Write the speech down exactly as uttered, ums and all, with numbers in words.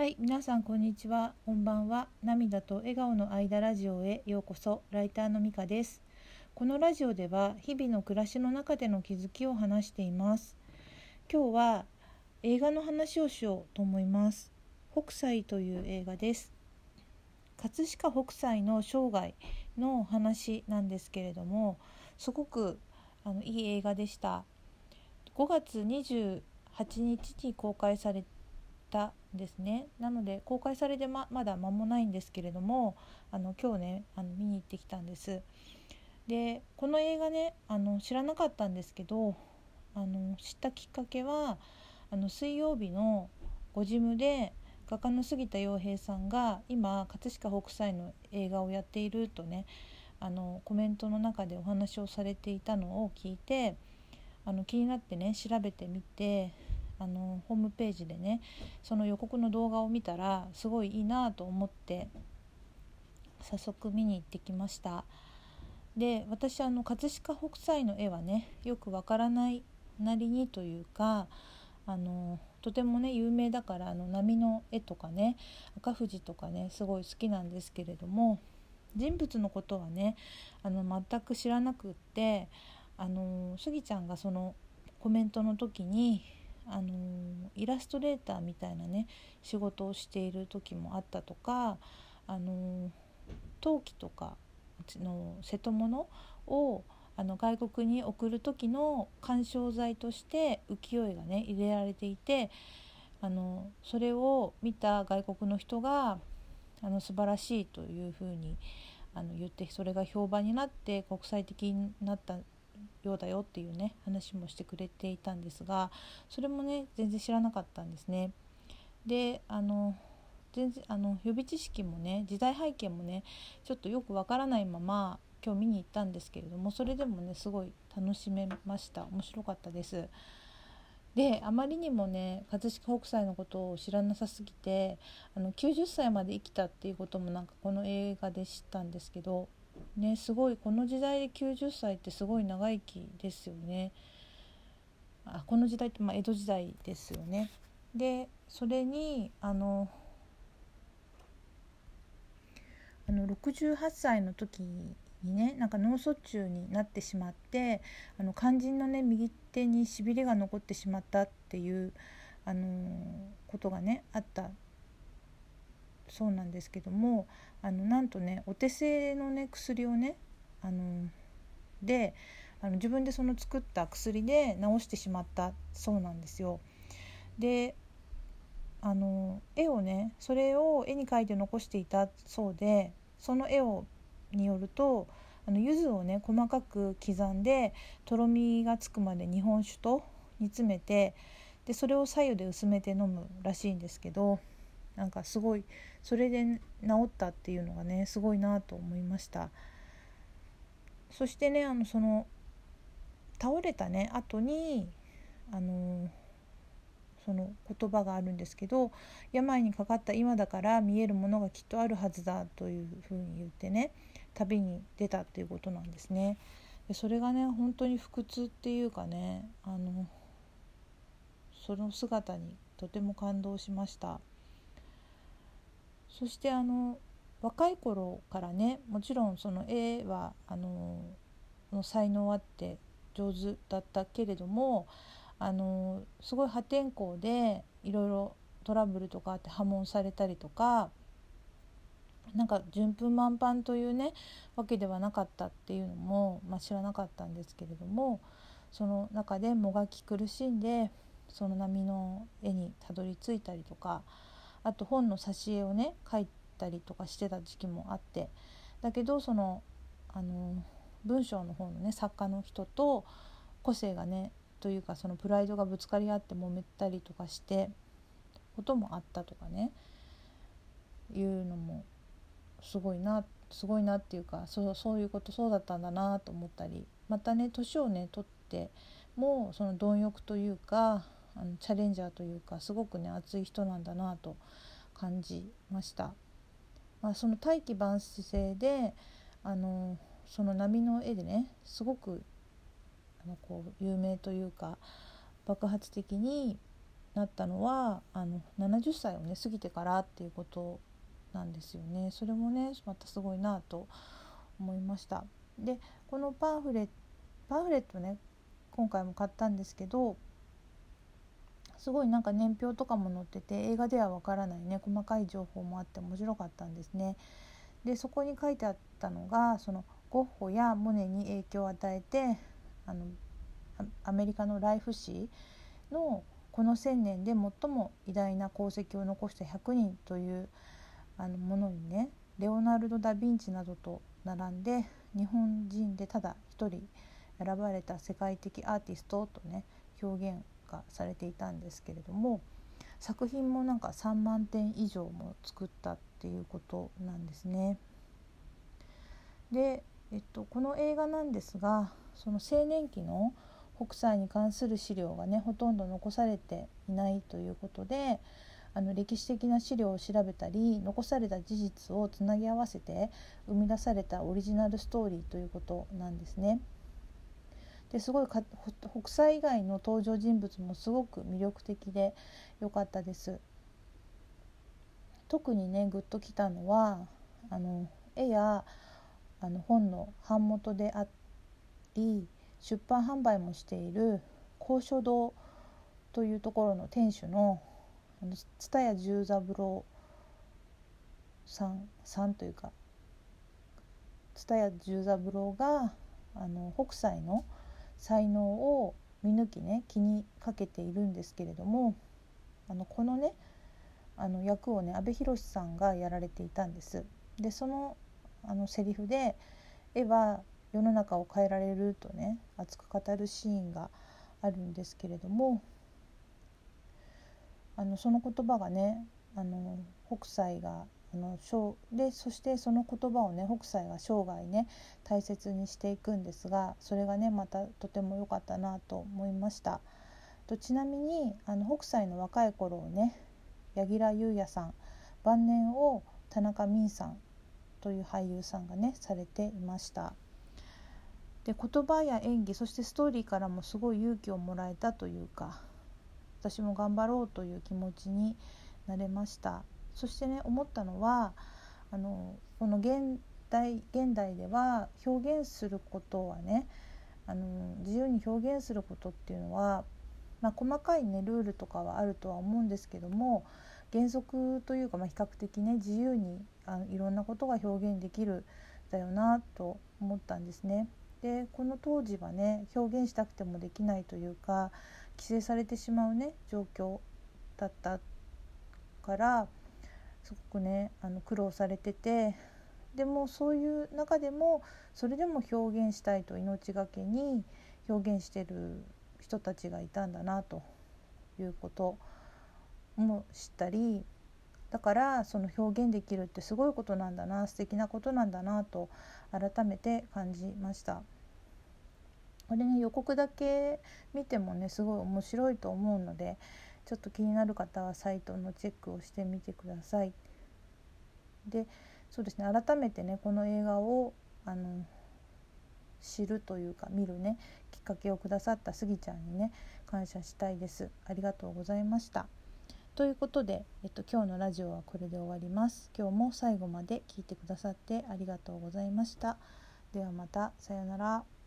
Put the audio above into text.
はい、皆さんこんにちは、こんばんは。涙と笑顔の間ラジオへようこそ。ライターのみかです。このラジオでは日々の暮らしの中での気づきを話しています。今日は映画の話をしようと思います。北斎という映画です。葛飾北斎の生涯の話なんですけれども、すごくあのいい映画でした。ごがつにじゅうはちにちに公開されたですね。なので公開されて ま, まだ間もないんですけれども、あの今日ねあの見に行ってきたんです。でこの映画ねあの知らなかったんですけど、あの知ったきっかけはあの水曜日のごジムで画家の杉田洋平さんが今葛飾北斎の映画をやっているとね、あのコメントの中でお話をされていたのを聞いて、あの気になってね調べてみて、あのホームページでねその予告の動画を見たらすごいいいなと思って早速見に行ってきました。で私あの葛飾北斎の絵はねよくわからないなりにというか、あのとてもね有名だから、あの波の絵とかね赤富士とかねすごい好きなんですけれども、人物のことはねあの全く知らなくって、あのスギちゃんがそのコメントの時にあのイラストレーターみたいなね仕事をしている時もあったとか、あの陶器とかの瀬戸物をあの外国に送る時の緩衝材として浮世絵がね入れられていて、あのそれを見た外国の人があの素晴らしいというふうにあの言って、それが評判になって国際的になったようだよっていうね話もしてくれていたんですが、それもね全然知らなかったんですね。であの全然あの予備知識もね時代背景もねちょっとよくわからないまま今日見に行ったんですけれども、それでもねすごい楽しめました。面白かったです。であまりにもね葛飾北斎のことを知らなさすぎて、あのきゅうじゅっさいまで生きたっていうこともなんかこの映画で知ったんですけどね、すごいこの時代できゅうじゅっさいってすごい長生きですよね。あこの時代ってまあ江戸時代ですよね。でそれにあのあのろくじゅうはっさいの時にねなんか脳卒中になってしまって、あの肝心のね右手にしびれが残ってしまったっていうあのことがねあったそうなんですけども、あのなんとねお手製のね薬をねあのであの自分でその作った薬で治してしまったそうなんですよ。であの絵をねそれを絵に描いて残していたそうで、その絵をによるとあの柚子をね細かく刻んでとろみがつくまで日本酒と煮詰めて、でそれを白湯で薄めて飲むらしいんですけど、なんかすごいそれで治ったっていうのがねすごいなと思いました。そしてねあのその倒れたね後にあのその言葉があるんですけど、病にかかった今だから見えるものがきっとあるはずだというふうに言ってね旅に出たっていうことなんですね。でそれがね本当に不屈っていうかね、あのその姿にとても感動しました。そしてあの若い頃からねもちろんその絵はあのの才能あって上手だったけれども、あのすごい破天荒でいろいろトラブルとかあって破門されたりとか、なんか順風満帆というねわけではなかったっていうのも、まあ、知らなかったんですけれども、その中でもがき苦しんでその波の絵にたどり着いたりとか、あと本の挿絵をね書いたりとかしてた時期もあって、だけどそのあの文章の方のね作家の人と個性がねというかそのプライドがぶつかり合って揉めたりとかしてこともあったとかねいうのもすごいなすごいなっていうか、そうそういうことそうだったんだなと思ったり、またね年をね取ってもその貪欲というかあのチャレンジャーというかすごくね熱い人なんだなと感じました。まあ、その大器晩成であのその波の絵でねすごくあのこう有名というか爆発的になったのはあのななじゅっさいをね過ぎてからっていうことなんですよね。それもねまたすごいなと思いました。でこのパンフレパンフレットね今回も買ったんですけど、すごいなんか年表とかも載ってて、映画ではわからないね細かい情報もあって面白かったんですね。でそこに書いてあったのが、そのゴッホやモネに影響を与えてあのアメリカのライフ誌のこのせんねんで最も偉大な功績を残したひゃくにんというあのものにね、レオナルド・ダ・ヴィンチなどと並んで日本人でただ一人選ばれた世界的アーティストとね表現がされていたんですけれども、作品もなんかさんまんてん以上も作ったっていうことなんですね。で、えっと、この映画なんですが、その青年期の北斎に関する資料がねほとんど残されていないということで、あの歴史的な資料を調べたり残された事実をつなぎ合わせて生み出されたオリジナルストーリーということなんですね。ですごいか北斎以外の登場人物もすごく魅力的で良かったです。特にねグッときたのはあの絵やあの本の版元であり出版販売もしている高書堂というところの店主の蔦屋十三郎さんさんというか蔦屋十三郎があの北斎の才能を見抜きね気にかけているんですけれども、あのこのねあの役をね阿部寛さんがやられていたんです。でそのあのセリフで、絵は世の中を変えられるとね熱く語るシーンがあるんですけれども、あのその言葉がねあの北斎があのでそしてその言葉をね北斎が生涯ね大切にしていくんですが、それがねまたとても良かったなと思いました。とちなみにあの北斎の若い頃をね柳楽優弥さん、晩年を田中泯さんという俳優さんがねされていました。で言葉や演技そしてストーリーからもすごい勇気をもらえたというか、私も頑張ろうという気持ちになれました。そしてね思ったのはあのこの現代現代では表現することはねあの自由に表現することっていうのは、まあ、細かいねルールとかはあるとは思うんですけども、原則というか、まあ、比較的ね自由にあのいろんなことが表現できるだよなと思ったんですね。でこの当時はね表現したくてもできないというか規制されてしまうね状況だったからすごくねあの苦労されてて、でもそういう中でもそれでも表現したいと命がけに表現してる人たちがいたんだなということも知ったり、だからその表現できるってすごいことなんだな、素敵なことなんだなと改めて感じました。これね予告だけ見てもねすごい面白いと思うので、ちょっと気になる方はサイトのチェックをしてみてください。でそうですね改めてねこの映画をあの知るというか見るねきっかけをくださったスギちゃんにね感謝したいです。ありがとうございました。ということで、えっと、今日のラジオはこれで終わります。今日も最後まで聞いてくださってありがとうございました。ではまた、さようなら。